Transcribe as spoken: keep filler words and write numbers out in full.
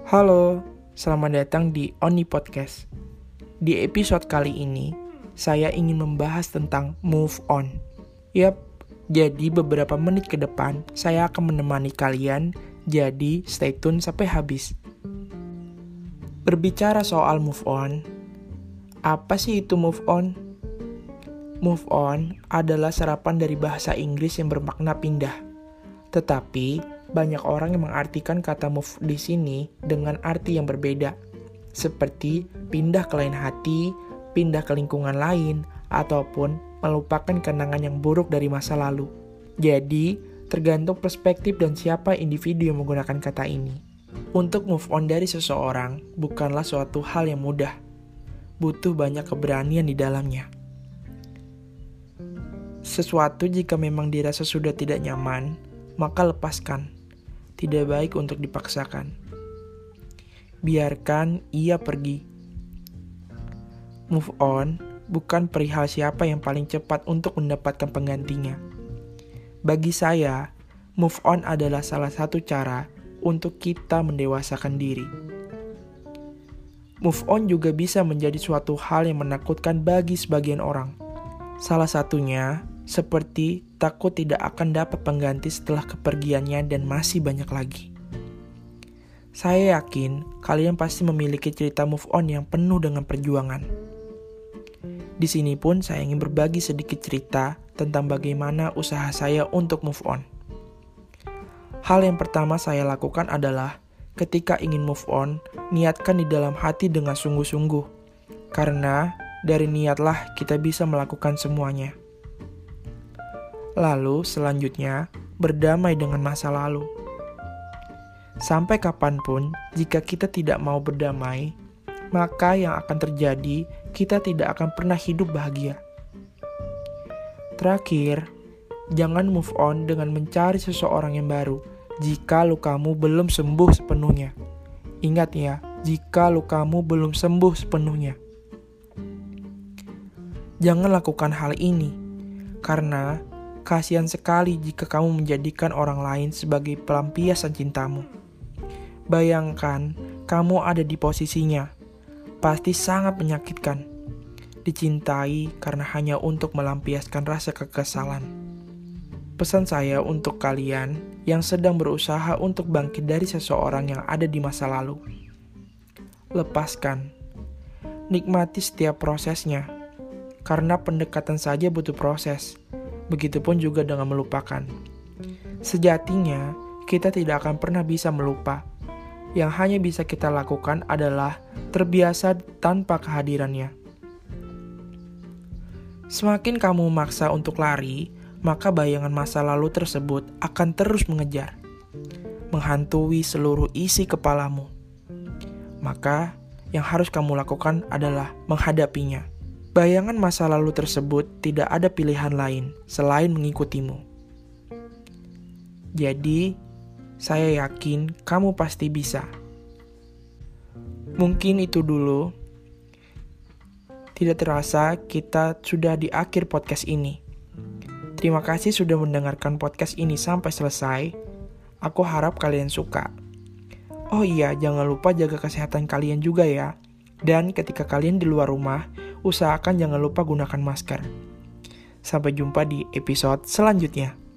Halo, selamat datang di Oni Podcast. Di episode kali ini, saya ingin membahas tentang move on. Yap, jadi beberapa menit ke depan, saya akan menemani kalian, jadi stay tune sampai habis. Berbicara soal move on, apa sih itu move on? Move on adalah serapan dari bahasa Inggris yang bermakna pindah. Tetapi, banyak orang yang mengartikan kata move di sini dengan arti yang berbeda, seperti pindah ke lain hati, pindah ke lingkungan lain, ataupun melupakan kenangan yang buruk dari masa lalu. Jadi, tergantung perspektif dan siapa individu yang menggunakan kata ini. Untuk move on dari seseorang bukanlah suatu hal yang mudah. Butuh banyak keberanian di dalamnya. Sesuatu jika memang dirasa sudah tidak nyaman, maka lepaskan. Tidak baik untuk dipaksakan. Biarkan ia pergi. Move on bukan perihal siapa yang paling cepat untuk mendapatkan penggantinya. Bagi saya, move on adalah salah satu cara untuk kita mendewasakan diri. Move on juga bisa menjadi suatu hal yang menakutkan bagi sebagian orang. Salah satunya seperti takut tidak akan dapat pengganti setelah kepergiannya dan masih banyak lagi. Saya yakin kalian pasti memiliki cerita move on yang penuh dengan perjuangan. Di sini pun saya ingin berbagi sedikit cerita tentang bagaimana usaha saya untuk move on. Hal yang pertama saya lakukan adalah ketika ingin move on, niatkan di dalam hati dengan sungguh-sungguh. Karena dari niatlah kita bisa melakukan semuanya. Lalu selanjutnya, berdamai dengan masa lalu. Sampai kapanpun, jika kita tidak mau berdamai, maka yang akan terjadi, kita tidak akan pernah hidup bahagia. Terakhir, jangan move on dengan mencari seseorang yang baru, jika lukamu belum sembuh sepenuhnya. Ingat ya, jika lukamu belum sembuh sepenuhnya. Jangan lakukan hal ini, karena kasihan sekali jika kamu menjadikan orang lain sebagai pelampiasan cintamu. Bayangkan, kamu ada di posisinya. Pasti sangat menyakitkan. Dicintai karena hanya untuk melampiaskan rasa kekesalan. Pesan saya untuk kalian yang sedang berusaha untuk bangkit dari seseorang yang ada di masa lalu. Lepaskan. Nikmati setiap prosesnya. Karena pendekatan saja butuh proses. Begitupun juga dengan melupakan. Sejatinya, kita tidak akan pernah bisa melupa. Yang hanya bisa kita lakukan adalah terbiasa tanpa kehadirannya. Semakin kamu memaksa untuk lari, maka bayangan masa lalu tersebut akan terus mengejar, menghantui seluruh isi kepalamu. Maka, yang harus kamu lakukan adalah menghadapinya. Bayangan masa lalu tersebut tidak ada pilihan lain selain mengikutimu. Jadi, saya yakin kamu pasti bisa. Mungkin itu dulu. Tidak terasa kita sudah di akhir podcast ini. Terima kasih sudah mendengarkan podcast ini sampai selesai. Aku harap kalian suka. Oh iya, jangan lupa jaga kesehatan kalian juga ya. Dan ketika kalian di luar rumah, usahakan jangan lupa gunakan masker. Sampai jumpa di episode selanjutnya.